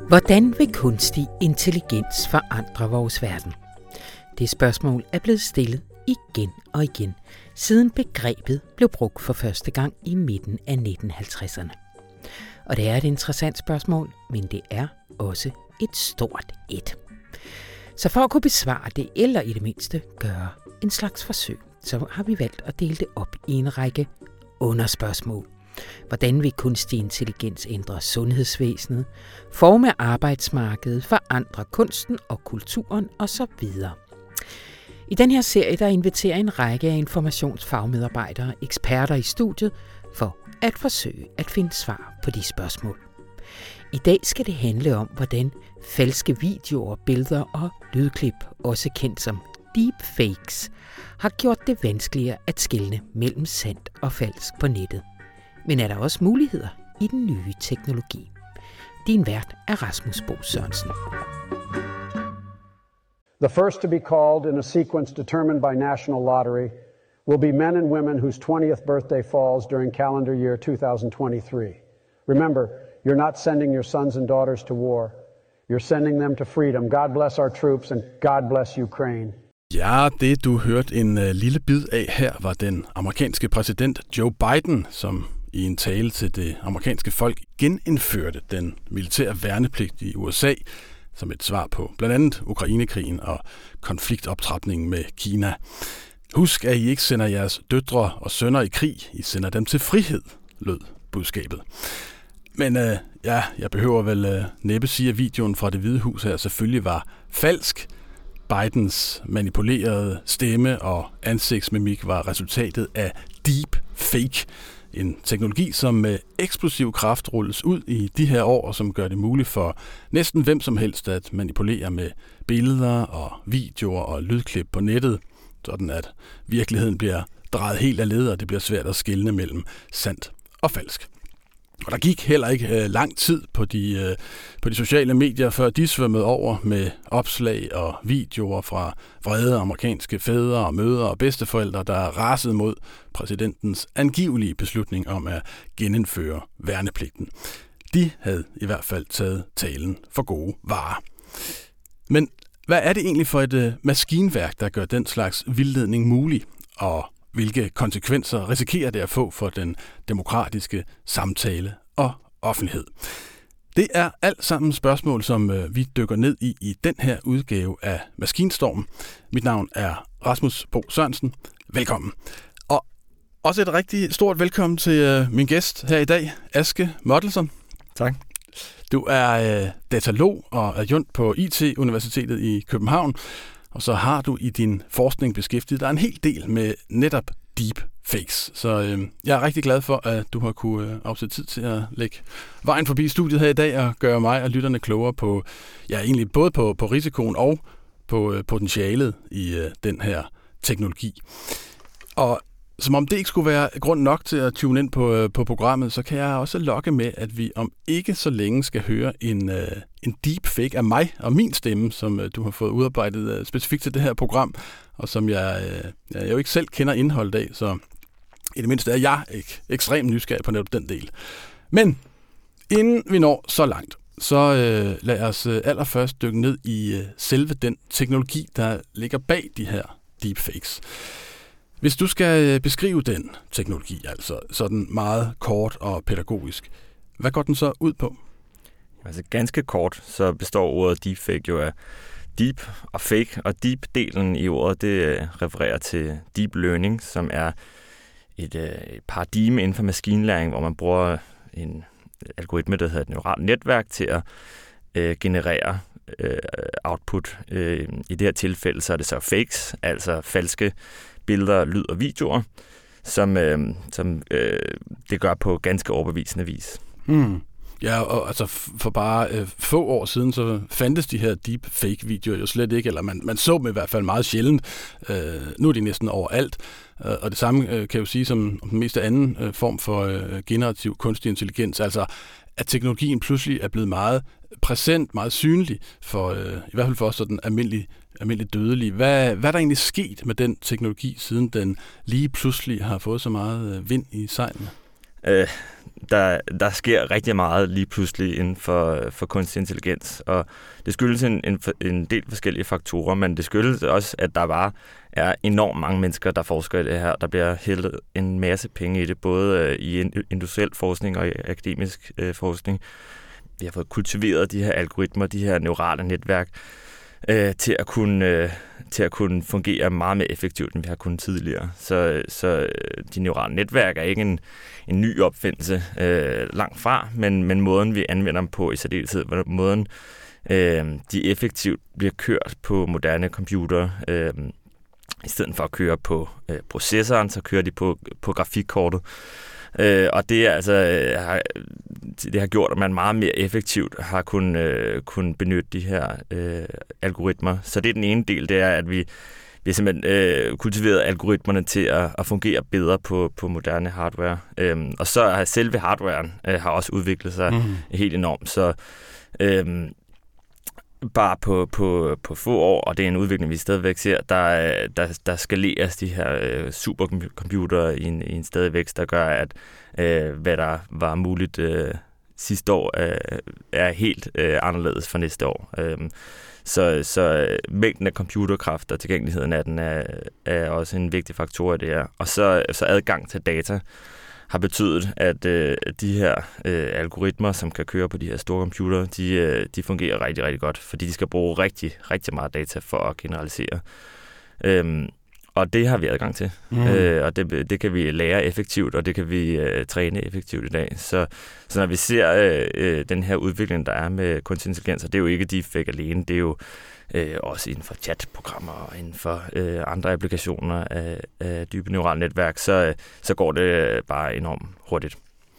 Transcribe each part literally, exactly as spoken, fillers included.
Hvordan vil kunstig intelligens forandre vores verden? Det spørgsmål er blevet stillet igen og igen, siden begrebet blev brugt for første gang i midten af nitten halvtredserne. Og det er et interessant spørgsmål, men det er også et stort et. Så for at kunne besvare det, eller i det mindste gøre en slags forsøg, så har vi valgt at dele det op i en række underspørgsmål. Hvordan vil kunstig intelligens ændre sundhedsvæsenet, forme arbejdsmarkedet, forandre kunsten og kulturen osv.? I den her serie der inviterer en række af informationsfagmedarbejdere og eksperter i studiet for at forsøge at finde svar på de spørgsmål. I dag skal det handle om, hvordan falske videoer, billeder og lydklip, også kendt som deepfakes, har gjort det vanskeligere at skelne mellem sandt og falsk på nettet. Men er der også muligheder i den nye teknologi? Din vært er Rasmus Bo Sørensen. The first to be called in a sequence determined by National Lottery will be men and women whose twentieth birthday falls during calendar year two thousand twenty-three. Remember, you're not sending your sons and daughters to war. You're sending them to freedom. God bless our troops and God bless Ukraine. Ja, det du hørte en uh, lille bid af her, var den amerikanske præsident Joe Biden, som i en tale til det amerikanske folk genindførte den militære værnepligt i U S A som et svar på blandt andet Ukrainekrigen og konfliktoptrapningen med Kina. Husk, at I ikke sender jeres døtre og sønner i krig, I sender dem til frihed, lød budskabet. Men øh, ja, jeg behøver vel øh, næppe sige, at videoen fra Det Hvide Hus her selvfølgelig var falsk. Bidens manipulerede stemme og ansigtsmimik var resultatet af deep fake, en teknologi, som med eksplosiv kraft rulles ud i de her år, og som gør det muligt for næsten hvem som helst at manipulere med billeder og videoer og lydklip på nettet, sådan at virkeligheden bliver drejet helt af led, og det bliver svært at skelne mellem sandt og falsk. Og der gik heller ikke øh, lang tid på de, øh, på de sociale medier, før de svømmede over med opslag og videoer fra vrede amerikanske fædre og mødre og bedsteforældre, der rasede mod præsidentens angivelige beslutning om at genindføre værnepligten. De havde i hvert fald taget talen for gode varer. Men hvad er det egentlig for et øh, maskinværk, der gør den slags vildledning mulig, og hvilke konsekvenser risikerer det at få for den demokratiske samtale og offentlighed? Det er alt sammen spørgsmål, som vi dykker ned i i den her udgave af Maskinstorm. Mit navn er Rasmus Bo Sørensen. Velkommen. Og også et rigtig stort velkommen til min gæst her i dag, Aske Mottelson. Tak. Du er datalog og adjunkt på I T-universitetet i København. Og så har du i din forskning beskæftiget dig en hel del med netop deepfakes. Så øh, jeg er rigtig glad for, at du har kunne øh, afsætte tid til at lægge vejen forbi studiet her i dag og gøre mig og lytterne klogere på, ja egentlig både på, på risikoen og på øh, potentialet i øh, den her teknologi. Og som om det ikke skulle være grund nok til at tune ind på, øh, på programmet, så kan jeg også lokke med, at vi om ikke så længe skal høre en, øh, en deepfake af mig og min stemme, som øh, du har fået udarbejdet øh, specifikt til det her program, og som jeg, øh, jeg jo ikke selv kender indholdet af, så i det mindste er jeg ikke ekstremt nysgerrig på netop den del. Men inden vi når så langt, så øh, lad os øh, allerførst dykke ned i øh, selve den teknologi, der ligger bag de her deepfakes. Hvis du skal beskrive den teknologi, altså sådan meget kort og pædagogisk, hvad går den så ud på? Altså ganske kort, så består ordet deepfake jo af deep og fake, og deep-delen i ordet, det refererer til deep learning, som er et, et paradigme inden for maskinlæring, hvor man bruger en algoritme, der hedder et neuralt netværk, til at øh, generere øh, output. Øh, I det her tilfælde, så er det så fakes, altså falske billeder, lyd og videoer, som, øh, som øh, det gør på ganske overbevisende vis. Hmm. Ja, og altså for bare øh, få år siden, så fandtes de her deepfake-videoer jo slet ikke, eller man, man så dem i hvert fald meget sjældent. Øh, nu er de næsten overalt, øh, og det samme øh, kan jeg jo sige som den mest anden øh, form for øh, generativ kunstig intelligens, altså at teknologien pludselig er blevet meget præsent, meget synlig, for øh, i hvert fald for os sådan almindelig, almindelig dødelige. Hvad, hvad er der egentlig sket med den teknologi, siden den lige pludselig har fået så meget øh, vind i sejlene? Øh, der, der sker rigtig meget lige pludselig inden for, for kunstig intelligens, og det skyldes en, en, en del forskellige faktorer, men det skyldes også, at der bare er enormt mange mennesker, der forsker i det her. Der bliver hældet en masse penge i det, både i industriel forskning og i akademisk øh, forskning. Vi har fået kultiveret de her algoritmer, de her neurale netværk, øh, til at kunne øh, til at kunne fungere meget mere effektivt, end vi har kunnet tidligere. Så, så de neurale netværk er ikke en, en ny opfindelse øh, langt fra, men, men måden, vi anvender dem på i særdeleshed, måden øh, de effektivt bliver kørt på moderne computere, øh, i stedet for at køre på øh, processoren, så kører de på, på grafikkortet. Øh, og det er altså øh, har, det har gjort, at man meget mere effektivt har kunnet øh, kun benytte de her øh, algoritmer. Så det er den ene del, det er, at vi, vi har simpelthen øh, kultiveret algoritmerne til at, at fungere bedre på, på moderne hardware. Øh, og så har selve hardwaren øh, har også udviklet sig mm. helt enormt. Så øh, bare på, på, på få år, og det er en udvikling, vi stadigvæk ser, der, der, der skaleres de her øh, supercomputere i en, i en stadig vækst, der gør, at øh, hvad der var muligt øh, sidste år, øh, er helt øh, anderledes for næste år. Øh, så, så mængden af computerkraft og tilgængeligheden af den er, er også en vigtig faktor i det her. Og så, så adgang til data har betydet, at øh, de her øh, algoritmer, som kan køre på de her store computere, de, øh, de fungerer rigtig, rigtig godt, fordi de skal bruge rigtig, rigtig meget data for at generalisere. Øhm, og det har vi adgang til, mm. øh, og det, det kan vi lære effektivt, og det kan vi øh, træne effektivt i dag. Så, så når vi ser øh, øh, den her udvikling, der er med kunstig intelligens, og det er jo ikke deepfake alene, det er jo Øh, også inden for chatprogrammer og inden for øh, andre applikationer af, af dybe neurale netværk, så, så går det bare enormt hurtigt.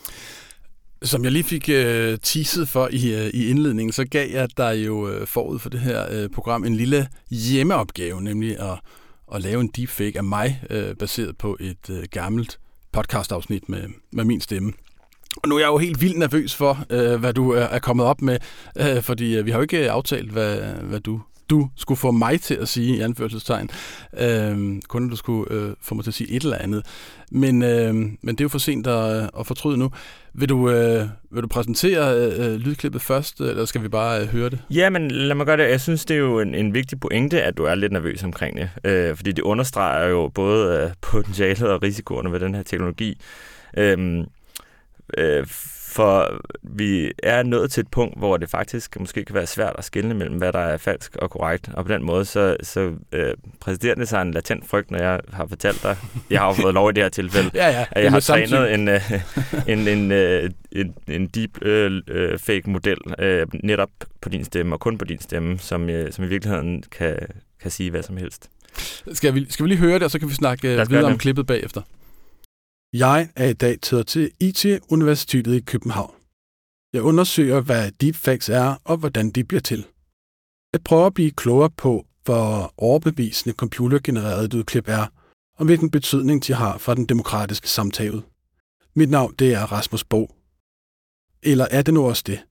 Som jeg lige fik øh, teaset for i, øh, i indledningen, så gav jeg dig jo øh, forud for det her øh, program en lille hjemmeopgave, nemlig at, at lave en deepfake af mig, øh, baseret på et øh, gammelt podcastafsnit med, med min stemme. Og nu er jeg jo helt vildt nervøs for, øh, hvad du er, er kommet op med, øh, fordi øh, vi har jo ikke aftalt, hvad, hvad du du skulle få mig til at sige, i anførselstegn. Øh, kun du skulle øh, få mig til at sige et eller andet. Men, øh, men det er jo for sent at, at fortryde nu. Vil du, øh, vil du præsentere øh, lydklippet først, eller skal vi bare øh, høre det? Ja, men lad mig gøre det. Jeg synes, det er jo en, en vigtig pointe, at du er lidt nervøs omkring det. Øh, fordi det understreger jo både øh, potentialet og risikoerne ved den her teknologi. Øh, øh, For vi er nået til et punkt, hvor det faktisk måske kan være svært at skelne mellem, hvad der er falsk og korrekt. Og på den måde, så, så øh, præsiderer det sig en latent frygt, når jeg har fortalt dig, jeg har jo fået lov i det her tilfælde, ja, ja, at jeg har trænet en, øh, en, en, øh, en, en deep øh, fake model øh, netop på din stemme, og kun på din stemme, som, øh, som i virkeligheden kan, kan sige hvad som helst. Skal vi, skal vi lige høre det, og så kan vi snakke øh, videre om klippet bagefter? Jeg er i dag taget til I T-universitetet i København. Jeg undersøger, hvad deepfakes er, og hvordan de bliver til. Jeg prøver at blive klogere på, hvor overbevisende computergenererede lydklip er, og hvilken betydning de har for den demokratiske samtale. Mit navn, det er Rasmus Bo. Eller er det nu også det?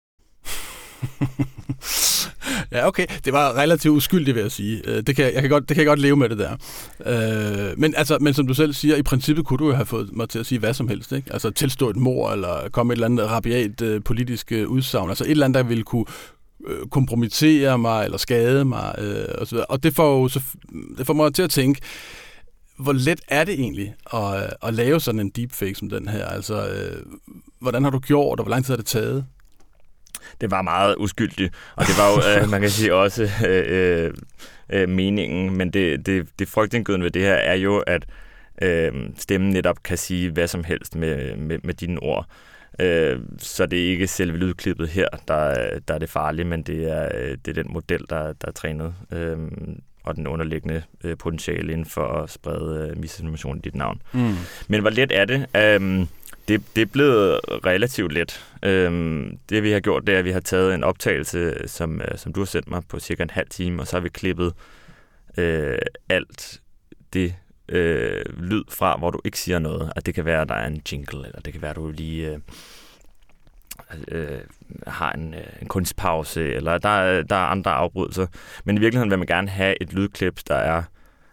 Ja, okay. Det var relativt uskyldigt, vil jeg sige. Det kan jeg, kan godt, det kan jeg godt leve med, det der. Øh, men, altså, men som du selv siger, i princippet kunne du jo have fået mig til at sige hvad som helst. Ikke? Altså tilstå et mord, eller komme et eller andet rabiat øh, politisk øh, udsagn. Altså et eller andet, der ville kunne øh, kompromittere mig, eller skade mig, øh, og så videre. Og det får, jo, så, det får mig til at tænke, hvor let er det egentlig at, at lave sådan en deepfake som den her? Altså, øh, hvordan har du gjort, og hvor lang tid har det taget? Det var meget uskyldigt, og det var jo, øh, man kan sige, også øh, øh, meningen, men det, det, det frygtindgydende ved det her er jo, at øh, stemmen netop kan sige hvad som helst med, med, med dine ord. Øh, så det er ikke selve lydklippet her, der, der er det farlige, men det er, det er den model, der, der er trænet, øh, og den underliggende øh, potentiale inden for at sprede øh, misinformation i dit navn. Mm. Men hvor let er det? Øh, Det, det er blevet relativt let. Øhm, det vi har gjort, det er, at vi har taget en optagelse, som, som du har sendt mig på cirka en halv time, og så har vi klippet øh, alt det øh, lyd fra, hvor du ikke siger noget. At det kan være, at der er en jingle, eller det kan være, at du lige øh, øh, har en, en kunstpause, eller der, der er andre afbrydelser. Men i virkeligheden vil man gerne have et lydklip, der er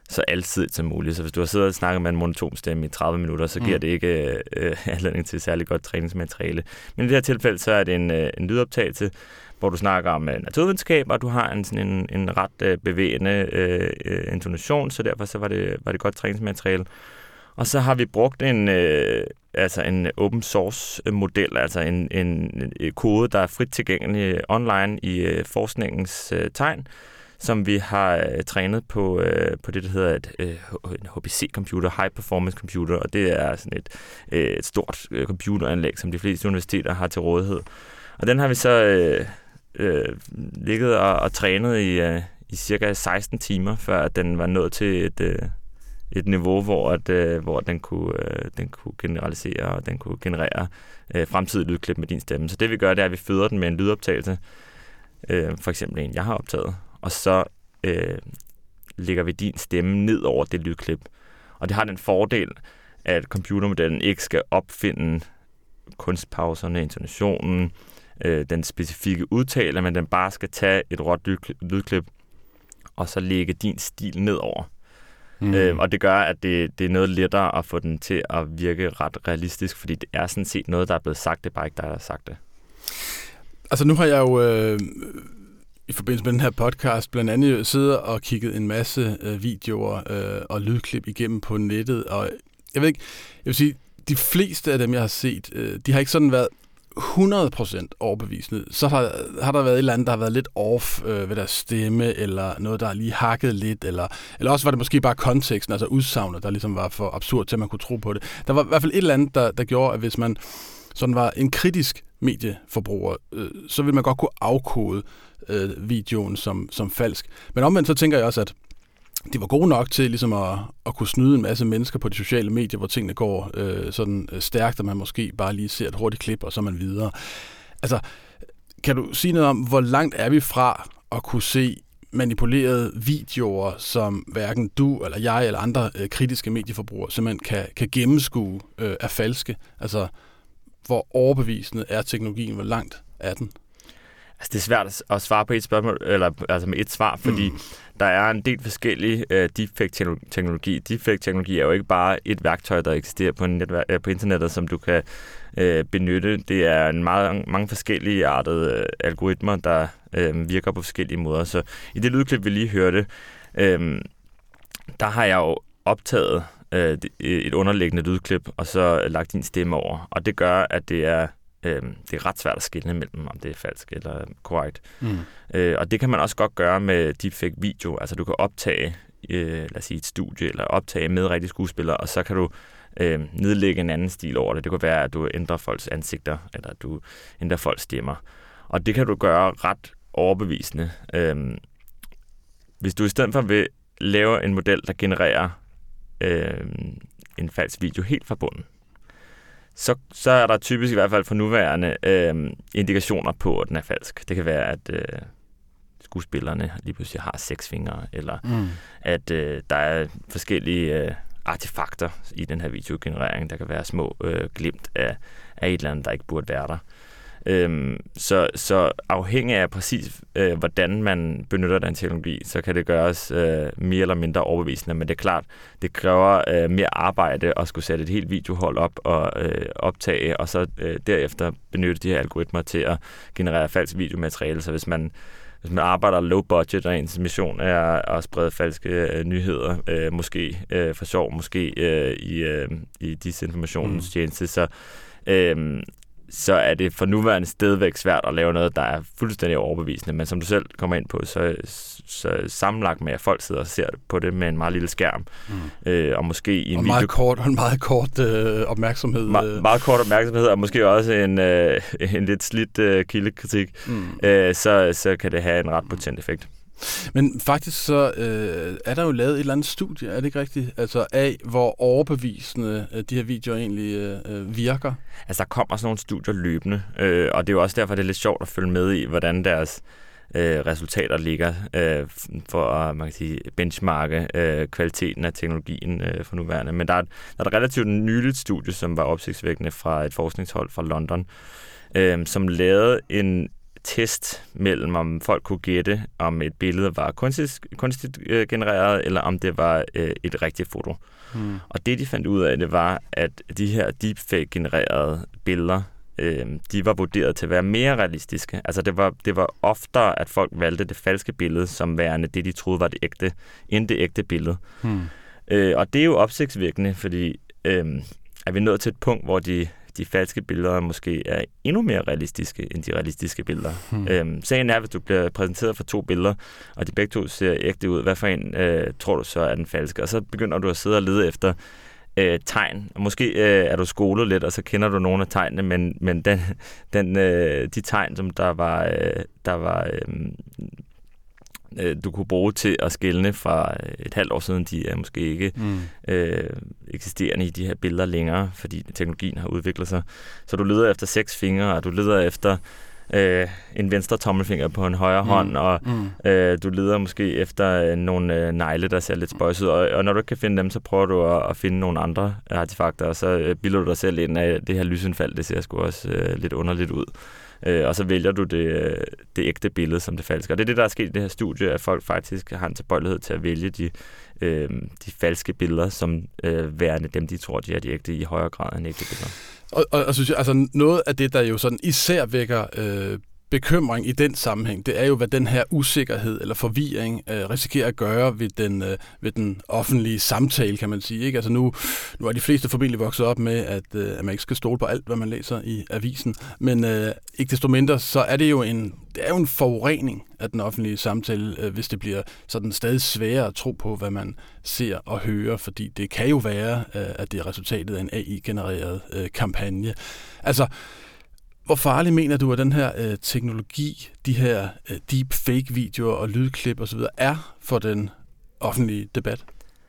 så alsidigt som muligt. Så hvis du har siddet og snakket med en monoton stemme i tredive minutter, så giver mm. det ikke øh, anledning til særlig godt træningsmateriale. Men i det her tilfælde, så er det en, øh, en lydoptagelse, hvor du snakker om øh, naturvidenskab, og du har en, sådan en, en ret øh, bevægende øh, øh, intonation, så derfor så var det, var det godt træningsmateriale. Og så har vi brugt en, øh, altså en open source model, altså en, en, en kode, der er frit tilgængelig online i øh, forskningens øh, tegn, som vi har øh, trænet på, øh, på det, der hedder et, øh, en H P C-computer, High Performance Computer, og det er sådan et, øh, et stort øh, computeranlæg, som de fleste universiteter har til rådighed. Og den har vi så øh, øh, ligget og, og trænet i, øh, i cirka seksten timer, før at den var nået til et, øh, et niveau, hvor, at, øh, hvor den, kunne, øh, den kunne generalisere, og den kunne generere øh, fremtidige lydklip med din stemme. Så det vi gør, det er, at vi føder den med en lydoptagelse, øh, for eksempel en, jeg har optaget, og så øh, lægger vi din stemme ned over det lydklip. Og det har den fordel, at computermodellen ikke skal opfinde kunstpauserne, intonationen, øh, den specifikke udtale, men den bare skal tage et råt lydklip, og så lægge din stil ned over. Mm. Øh, og det gør, at det, det er noget lettere at få den til at virke ret realistisk, fordi det er sådan set noget, der er blevet sagt, det er bare ikke dig, der har sagt det. Altså nu har jeg jo øh, i forbindelse med den her podcast blandt andet siddet og kigget en masse øh, videoer øh, og lydklip igennem på nettet, og jeg ved ikke, jeg vil sige, de fleste af dem, jeg har set, øh, de har ikke sådan været hundrede procent overbevisende. Så har, har der været et eller andet, der har været lidt off øh, ved deres stemme, eller noget, der er lige hakket lidt, eller, eller også var det måske bare konteksten, altså udsagnet, der ligesom var for absurd til, at man kunne tro på det. Der var i hvert fald et eller andet, der, der gjorde, at hvis man sådan var en kritisk medieforbruger, øh, så ville man godt kunne afkode øh, videoen som, som falsk. Men omvendt så tænker jeg også, at de var gode nok til ligesom at, at kunne snyde en masse mennesker på de sociale medier, hvor tingene går øh, sådan stærkt, og man måske bare lige ser et hurtigt klip, og så er man videre. Altså, kan du sige noget om, hvor langt er vi fra at kunne se manipulerede videoer, som hverken du eller jeg eller andre øh, kritiske medieforbrugere simpelthen kan, kan gennemskue øh, er falske? Altså, hvor overbevisende er teknologien? Hvor langt er den? Altså, det er svært at svare på et spørgsmål, eller altså med et svar, fordi mm. der er en del forskellige uh, deepfake-teknologi. Deepfake-teknologi er jo ikke bare et værktøj, der eksisterer på, netværk, uh, på internettet, som du kan uh, benytte. Det er en meget, mange forskellige artede uh, algoritmer, der uh, virker på forskellige måder. Så i det lydklip, vi lige hørte, uh, der har jeg jo optaget uh, et underliggende lydklip, og så lagt din stemme over. Og det gør, at det er det er ret svært at skelne mellem, om det er falsk eller korrekt. Mm. Øh, og det kan man også godt gøre med deepfake video. Altså du kan optage, øh, lad os sige et studie, eller optage med rigtige skuespillere, og så kan du øh, nedlægge en anden stil over det. Det kan være, at du ændrer folks ansigter, eller at du ændrer folks stemmer. Og det kan du gøre ret overbevisende. Øh, hvis du i stedet for vil lave en model, der genererer øh, en falsk video helt fra bunden, Så, så er der typisk i hvert fald for nuværende øh, indikationer på, at den er falsk. Det kan være, at øh, skuespillerne lige pludselig har seks fingre, eller mm. at øh, der er forskellige øh, artefakter i den her videogenerering. Der kan være små øh, glimt af, af et eller andet, der ikke burde være der. Øhm, så, så afhængig af præcis, øh, hvordan man benytter den teknologi, så kan det gøres øh, mere eller mindre overbevisende. Men det er klart, det kræver øh, mere arbejde at skulle sætte et helt videohold op og øh, optage, og så øh, derefter benytte de her algoritmer til at generere falsk videomateriale. Så hvis man, hvis man arbejder low budget, og ens mission er at sprede falske øh, nyheder, øh, måske øh, for sjov, måske øh, i, øh, i disinformationens tjeneste, mm. så øh, så er det for nuværende stadigvæk svært at lave noget, der er fuldstændig overbevisende. Men som du selv kommer ind på, så, så sammenlagt med, at folk sidder og ser på det med en meget lille skærm. Mm. Øh, og måske i en og video... meget kort, og en meget kort øh, opmærksomhed. Me- meget kort opmærksomhed, og måske også en, øh, en lidt slidt øh, kildekritik. Mm. Øh, så, så kan det have en ret potent effekt. Men faktisk så øh, er der jo lavet et eller andet studie, er det ikke rigtigt? Altså af, hvor overbevisende øh, de her videoer egentlig øh, virker? Altså der kommer sådan nogle studier løbende, øh, og det er jo også derfor, det er lidt sjovt at følge med i, hvordan deres øh, resultater ligger, øh, for at man kan sige, benchmarke øh, kvaliteten af teknologien øh, for nuværende. Men der er, der er et relativt nyligt studie, som var opsigtsvækkende fra et forskningshold fra London, øh, som lavede en test mellem, om folk kunne gætte, om et billede var kunstigt, kunstigt øh, genereret, eller om det var øh, et rigtigt foto. Hmm. Og det, de fandt ud af, det var, at de her deepfake-genererede billeder, øh, de var vurderet til at være mere realistiske. Altså, det var, det var oftere, at folk valgte det falske billede, som værende det, de troede var det ægte, end det ægte billede. Hmm. Øh, og det er jo opsigtsvækkende, fordi øh, er vi nået til et punkt, hvor de de falske billeder måske er endnu mere realistiske end de realistiske billeder. Hmm. Øhm, sagen er, hvis du bliver præsenteret for to billeder, og de begge to ser ægte ud, hvad for en øh, tror du så er den falske? Og så begynder du at sidde og lede efter øh, tegn. Og måske øh, er du skolet lidt, og så kender du nogle af tegnene, men, men den, den, øh, de tegn, som der var, øh, der var øh, du kunne bruge til at skelne fra et halvt år siden, de er måske ikke mm. øh, eksisterende i de her billeder længere, fordi teknologien har udviklet sig. Så du leder efter seks fingre, og du leder efter øh, en venstre tommelfinger på en højre mm. hånd, og mm. øh, du leder måske efter øh, nogle øh, negle, der ser lidt spøjset ud, og, og når du ikke kan finde dem, så prøver du at, at finde nogle andre artefakter, og så øh, bilder du dig selv ind af det her lysindfald, det ser sgu også øh, lidt underligt ud. Øh, og så vælger du det, det ægte billede som det falske. Og det er det, der er sket i det her studie, at folk faktisk har en tilbøjelighed til at vælge de, øh, de falske billeder, som øh, værende dem, de tror, de er de ægte, i højere grad end ægte billeder. Og, og, og synes jeg, altså noget af det, der jo sådan især vækker øh, bekymring i den sammenhæng, det er jo, hvad den her usikkerhed eller forvirring øh, risikerer at gøre ved den, øh, ved den offentlige samtale, kan man sige. Ikke? Altså nu, nu er de fleste formentlig vokset op med, at, øh, at man ikke skal stole på alt, hvad man læser i avisen, men øh, ikke desto mindre, så er det jo en, det er jo en forurening af den offentlige samtale, øh, hvis det bliver sådan stadig sværere at tro på, hvad man ser og hører, fordi det kan jo være, øh, at det er resultatet af en A I-genereret øh, kampagne. Altså, hvor farlig mener du, at den her øh, teknologi, de her øh, deepfake-videoer og lydklip osv. er for den offentlige debat?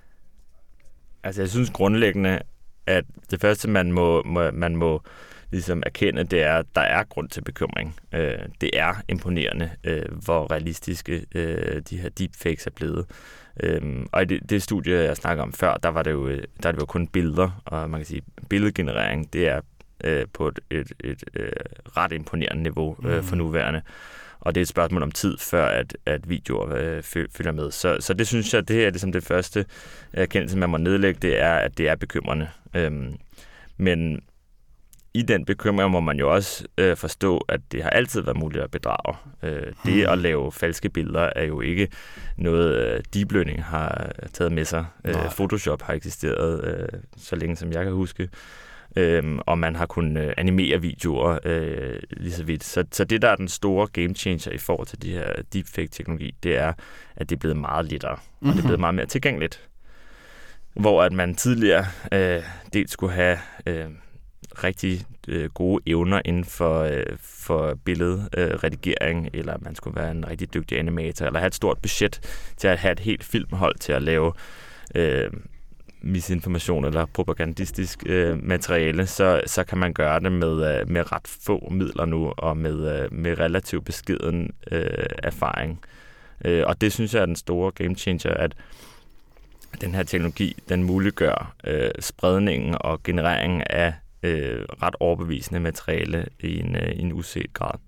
Altså, jeg synes grundlæggende, at det første, man må, må, man må ligesom erkende, det er, at der er grund til bekymring. Øh, det er imponerende, øh, hvor realistiske øh, de her deepfakes er blevet. Øh, og i det, det studie, jeg snakker om før, der var det jo, der var det jo kun billeder, og man kan sige, billedgenerering, det er på et, et, et, et ret imponerende niveau øh, for nuværende. Og det er et spørgsmål om tid, før at, at videoer øh, følger med. Så, så det synes jeg, det er ligesom det første erkendelse, man må nedlægge, det er, at det er bekymrende. Øhm, men i den bekymring må man jo også øh, forstå, at det har altid været muligt at bedrage. Øh, det at lave falske billeder er jo ikke noget, øh, deep learning har taget med sig. Øh, Photoshop har eksisteret øh, så længe, som jeg kan huske. Øhm, og man har kunnet øh, animere videoer øh, lige så vidt. Så, så det, der er den store game changer i forhold til de her deepfake-teknologi, det er, at det er blevet meget lettere, mm-hmm. og det er blevet meget mere tilgængeligt. Hvor at man tidligere øh, dels skulle have øh, rigtig øh, gode evner inden for, øh, for billedredigering, øh, eller man skulle være en rigtig dygtig animator, eller have et stort budget til at have et helt filmhold til at lave øh, misinformation eller propagandistisk øh, materiale, så, så kan man gøre det med, øh, med ret få midler nu, og med, øh, med relativt beskeden øh, erfaring. Øh, og det synes jeg er den store game changer, at den her teknologi, den muliggør øh, spredningen og genereringen af øh, ret overbevisende materiale i en, øh, i en uset grad.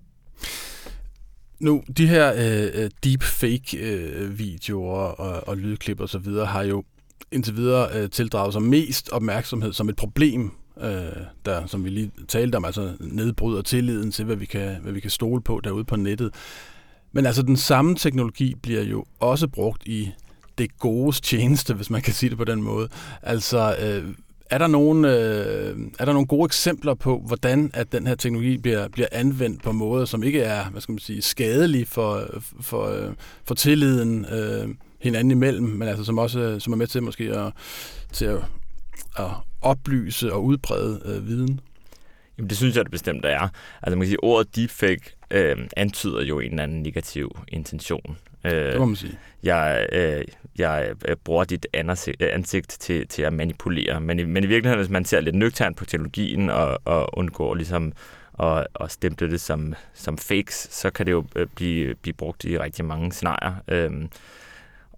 Nu, de her øh, deepfake-videoer øh, og, og lydklip og så videre har jo indtil videre øh, tildraget sig mest opmærksomhed som et problem, øh, der, som vi lige talte om, altså nedbryder tilliden til, hvad vi kan, hvad vi kan stole på derude på nettet. Men altså, den samme teknologi bliver jo også brugt i det godes tjeneste, hvis man kan sige det på den måde. Altså, øh, er der nogle, øh, er der nogle gode eksempler på, hvordan at den her teknologi bliver, bliver anvendt på måder, som ikke er, hvad skal man sige, skadelige for, for, for tilliden øh, hinanden imellem, men altså som også som er med til måske at, til at, at oplyse og udbrede øh, viden? Jamen, det synes jeg, det bestemt er. Altså, man kan sige, ordet deepfake øh, antyder jo en eller anden negativ intention. Øh, det må man sige. Jeg, øh, jeg bruger dit ansigt til, til at manipulere, men i, men i virkeligheden, hvis man ser lidt nøgternt på teknologien og, og undgår ligesom at, at stemple det som, som fakes, så kan det jo blive, blive brugt i rigtig mange scenarier. Øh,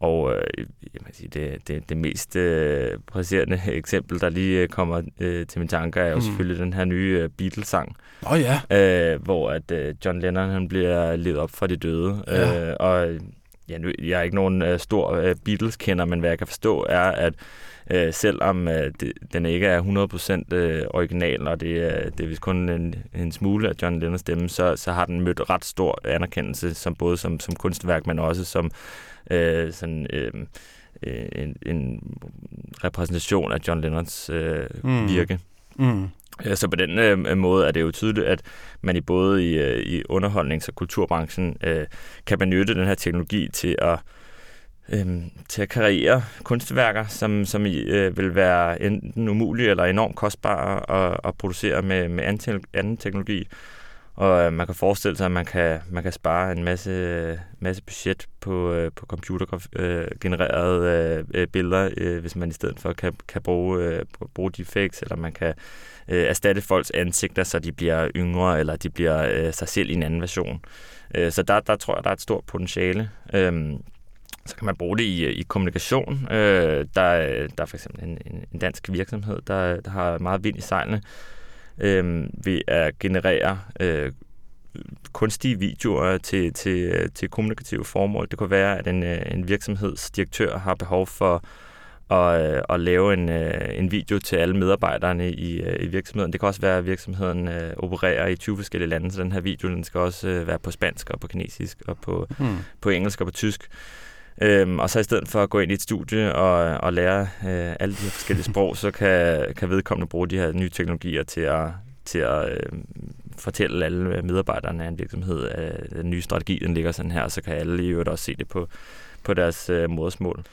Og øh, jeg kan sige, det, det, det mest øh, presserende eksempel, der lige kommer øh, til min tanker, er jo mm. selvfølgelig den her nye øh, Beatles-sang. Åh oh, ja. Øh, hvor at øh, John Lennon han bliver levet op fra de døde. Ja. Øh, og ja, nu, jeg er ikke nogen øh, stor øh, Beatles-kender, men hvad jeg kan forstå er, at øh, selvom øh, det, den ikke er hundrede procent øh, original, og det, øh, det er vist kun en, en smule af John Lennons stemme, så, så har den mødt ret stor anerkendelse, som både som, som kunstværk, men også som øh, sådan, øh, en, en repræsentation af John Lennons øh, mm. virke. Mm. Så på den øh, måde er det jo tydeligt, at man i både i, øh, i underholdnings- og kulturbranchen øh, kan benytte den her teknologi til at øh, til at kreere kunstværker, som, som øh, vil være enten umulige eller enormt kostbare at, at producere med, med anden, anden teknologi. Og øh, man kan forestille sig, at man kan, man kan spare en masse, masse budget på, øh, på computergenererede øh, billeder, øh, hvis man i stedet for kan, kan bruge, øh, bruge deepfakes, eller man kan øh, erstatte folks ansigter, så de bliver yngre, eller de bliver øh, sig selv i en anden version. Øh, så der, der tror jeg, der er et stort potentiale. Øh, Så kan man bruge det i, i kommunikation. Øh, der, der er for eksempel en, en dansk virksomhed, der, der har meget vind i sejlene øh, ved at generere øh, kunstige videoer til, til, til kommunikative formål. Det kunne være, at en, en virksomhedsdirektør har behov for at, at lave en, en video til alle medarbejderne i, i virksomheden. Det kan også være, at virksomheden øh, opererer i tyve forskellige lande, så den her video den skal også øh, være på spansk og på kinesisk og på, hmm. på engelsk og på tysk. Øhm, og så i stedet for at gå ind i et studie og, og lære øh, alle de her forskellige sprog, så kan, kan vedkommende bruge de her nye teknologier til at, til at øh, fortælle alle medarbejderne af en virksomhed, at den nye strategi den ligger sådan her, og så kan alle i øvrigt også se det på, på deres øh, modersmål.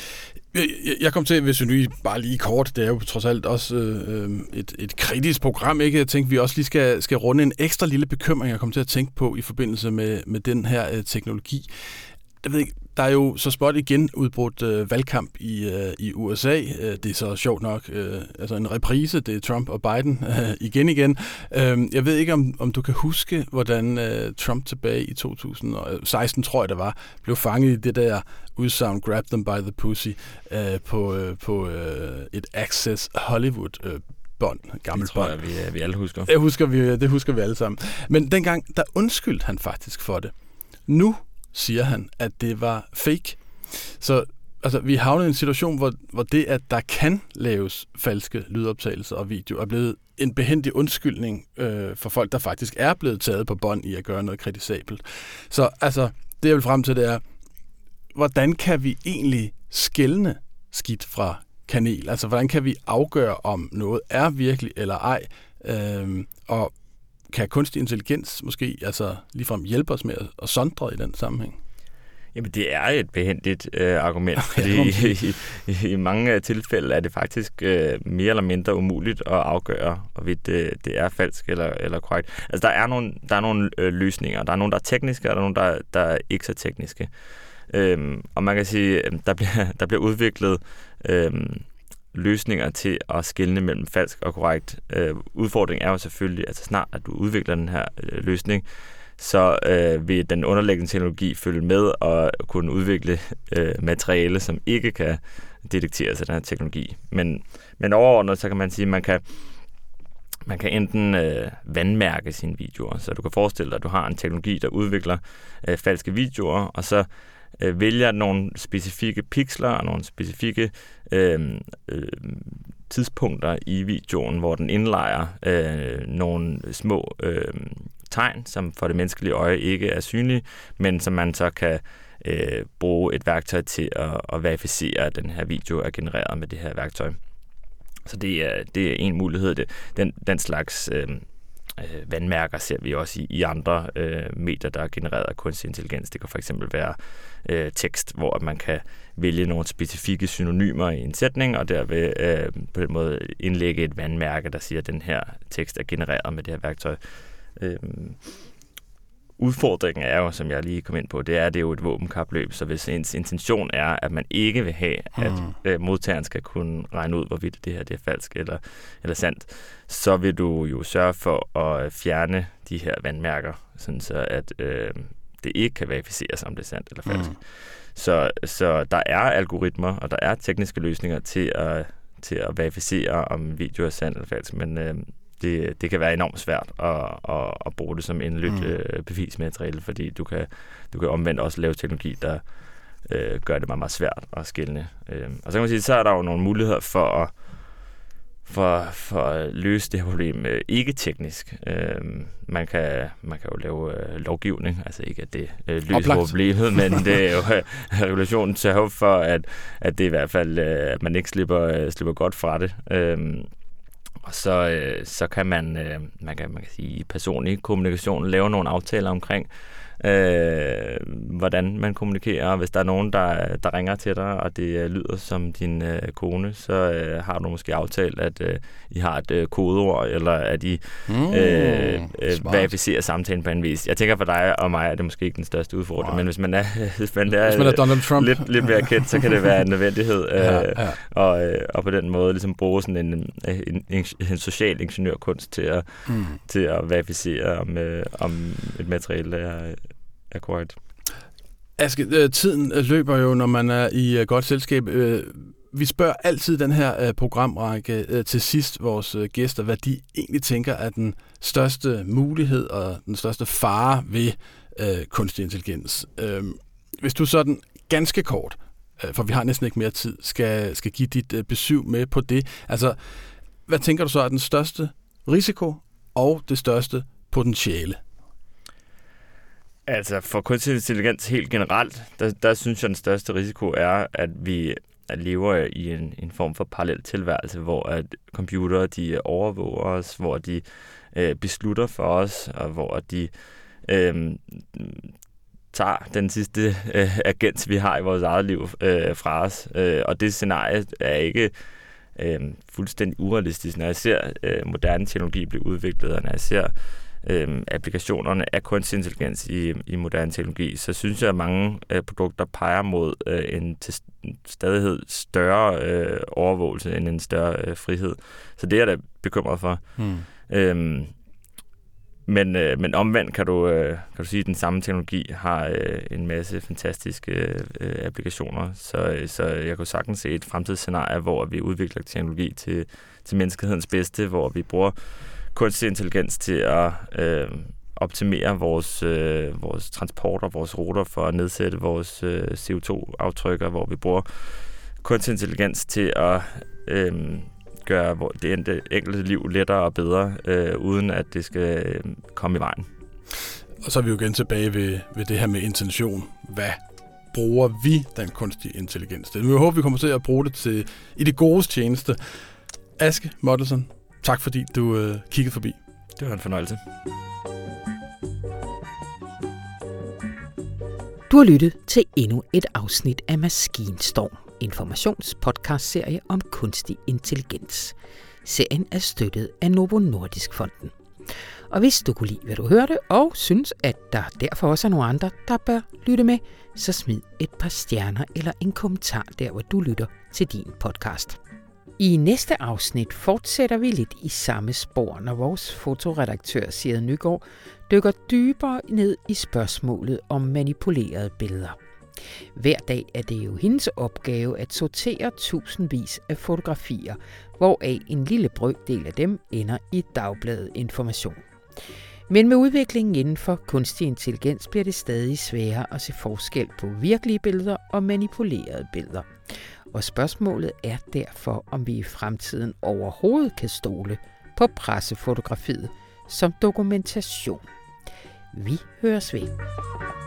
Jeg, jeg kom til, hvis vi nu bare lige kort, det er jo trods alt også øh, et, et kritisk program, ikke? Jeg tænkte, vi også lige skal, skal runde en ekstra lille bekymring, jeg kom til at tænke på i forbindelse med, med den her øh, teknologi. Jeg ved ikke, der er jo så spot igen udbrudt øh, valgkamp i, øh, i U S A. Det er så sjovt nok øh, altså en reprise, det er Trump og Biden øh, igen igen. Øh, jeg ved ikke, om, om du kan huske, hvordan øh, Trump tilbage i to tusind og seksten, tror jeg det var, blev fanget i det der udsagn, grab them by the pussy, øh, på, øh, på øh, et Access Hollywood øh, bånd, gammelt bånd. Det tror jeg, vi, vi alle husker. Det husker vi, det husker vi alle sammen. Men dengang, der undskyldte han faktisk for det. Nu siger han, at det var fake. Så altså, vi havner i en situation, hvor, hvor det, at der kan laves falske lydoptagelser og video, er blevet en behændig undskyldning øh, for folk, der faktisk er blevet taget på bånd i at gøre noget kritisabelt. Så altså, det jeg vil frem til, det er, hvordan kan vi egentlig skelne skidt fra kanel? Altså, hvordan kan vi afgøre, om noget er virkelig eller ej? Øh, og kan kunstig intelligens måske altså ligefrem hjælpe os med at, at sondre i den sammenhæng? Jamen, det er et behændigt øh, argument, fordi i, i, i mange tilfælde er det faktisk øh, mere eller mindre umuligt at afgøre, hvorvidt det, det er falsk eller, eller korrekt. Altså, der er nogle, der er nogle øh, løsninger. Der er nogle, der er tekniske, og der er nogle, der, der er ikke så tekniske. Øhm, og man kan sige, der bliver, der bliver udviklet øhm, løsninger til at skelne mellem falsk og korrekt. Øh, udfordringen er jo selvfølgelig, at så snart at du udvikler den her øh, løsning, så øh, vil den underliggende teknologi følge med og kunne udvikle øh, materiale, som ikke kan detekteres af den her teknologi. Men, men overordnet, så kan man sige, at man kan, man kan enten øh, vandmærke sine videoer. Så du kan forestille dig, at du har en teknologi, der udvikler øh, falske videoer, og så øh, vælger nogle specifikke pixler og nogle specifikke øh, øh, tidspunkter i videoen, hvor den indlejer øh, nogle små øh, tegn, som for det menneskelige øje ikke er synlige, men som man så kan øh, bruge et værktøj til at, at verificere, at den her video er genereret med det her værktøj. Så det er, det er en mulighed. Det, den, den slags øh, øh, vandmærker ser vi også i, i andre øh, medier, der er genereret af kunstig intelligens. Det kan for eksempel være øh, tekst, hvor man kan vælge nogle specifikke synonymer i en sætning, og derved øh, på den måde indlægge et vandmærke, der siger, at den her tekst er genereret med det her værktøj. Øhm, udfordringen er jo, som jeg lige kom ind på, det er, at det er jo et våbenkapløb, så hvis ens intention er, at man ikke vil have, at øh, modtageren skal kunne regne ud, hvorvidt det her det er falsk eller, eller sandt, så vil du jo sørge for at fjerne de her vandmærker, sådan så at øh, det ikke kan verificeres, om det er sandt eller falsk. Mm. Så, så der er algoritmer, og der er tekniske løsninger til at, til at verificere, om video er sand eller falsk, men øh, det, det kan være enormt svært at, at, at bruge det som endeligt mm. øh, bevismateriale, fordi du kan, du kan omvendt også lave teknologi, der øh, gør det meget, meget svært at skelne. Øh, og så kan man sige, så er der jo nogle muligheder for at For, for at løse det her problem øh, ikke teknisk. Øh, man, kan, man kan jo lave øh, lovgivning, altså ikke at det øh, løser problemet, men det er jo øh, regulationen sørger for, at, at det i hvert fald, øh, at man ikke slipper, øh, slipper godt fra det. Øh, og så, øh, så kan man, øh, man kan, man kan sige, i personlig kommunikation lave nogle aftaler omkring, Øh, hvordan man kommunikerer. Hvis der er nogen, der, der ringer til dig, og det lyder som din øh, kone, så øh, har du måske aftalt, at øh, I har et øh, kodeord, eller at I mm, øh, øh, verificerer samtalen på en vis. Jeg tænker for dig og mig, er det måske ikke den største udfordring, wow. men hvis man er, hvis man er, hvis man er Donald Trump. lidt, lidt mere kendt, så kan det være en nødvendighed. Øh, ja, ja. Og, øh, og på den måde ligesom bruge sådan en, en, en, en social ingeniørkunst til at, mm. til at verificere, om, øh, om et materiale er er korrekt. Aske, tiden løber jo, når man er i godt selskab. Vi spørger altid den her programrække til sidst vores gæster, hvad de egentlig tænker er den største mulighed og den største fare ved øh, kunstig intelligens. Øh, hvis du sådan ganske kort, øh, for vi har næsten ikke mere tid, skal, skal give dit øh, besøg med på det. Altså, hvad tænker du så er den største risiko og det største potentiale? Altså for kunstig intelligens helt generelt, der, der synes jeg, den største risiko er, at vi at lever i en, en form for parallel tilværelse, hvor at computere, de overvåger os, hvor de øh, beslutter for os, og hvor de øh, tager den sidste øh, agens, vi har i vores eget liv øh, fra os. Øh, og det scenarie er ikke øh, fuldstændig urealistisk. Når jeg ser øh, moderne teknologi blive udviklet, og når jeg ser Øhm, applikationerne af kunstig intelligens i, i moderne teknologi, så synes jeg, at mange øh, produkter peger mod øh, en til stadighed større øh, overvågelse end en større øh, frihed. Så det er jeg da bekymret for. Hmm. Øhm, men, øh, men omvendt kan du, øh, kan du sige, at den samme teknologi har øh, en masse fantastiske øh, applikationer. Så, så jeg kunne sagtens se et fremtidsscenarie, hvor vi udvikler teknologi til, til menneskehedens bedste, hvor vi bruger kunstig intelligens til at øh, optimere vores, øh, vores transporter, vores ruter for at nedsætte vores øh, C O to aftrykker, hvor vi bruger kunstig intelligens til at øh, gøre det enkelte liv lettere og bedre, øh, uden at det skal øh, komme i vejen. Og så er vi jo igen tilbage ved, ved det her med intention. Hvad bruger vi den kunstige intelligens til? Vi håber, vi kommer til at bruge det til, i det godes tjeneste. Aske Mottesen, tak fordi du øh, kiggede forbi. Det var en fornøjelse. Du har lyttet til endnu et afsnit af Maskinstorm, informationspodcastserie om kunstig intelligens. Serien er støttet af Novo Nordisk Fonden. Og hvis du kunne lide, hvad du hørte, og synes, at der derfor også er nogle andre, der bør lytte med, så smid et par stjerner eller en kommentar der, hvor du lytter til din podcast. I næste afsnit fortsætter vi lidt i samme spor, når vores fotoredaktør Sigrid Nygaard dykker dybere ned i spørgsmålet om manipulerede billeder. Hver dag er det jo hendes opgave at sortere tusindvis af fotografier, hvoraf en lille brøkdel af dem ender i Dagbladet Information. Men med udviklingen inden for kunstig intelligens bliver det stadig sværere at se forskel på virkelige billeder og manipulerede billeder. Og spørgsmålet er derfor, om vi i fremtiden overhovedet kan stole på pressefotografiet som dokumentation. Vi høres ved.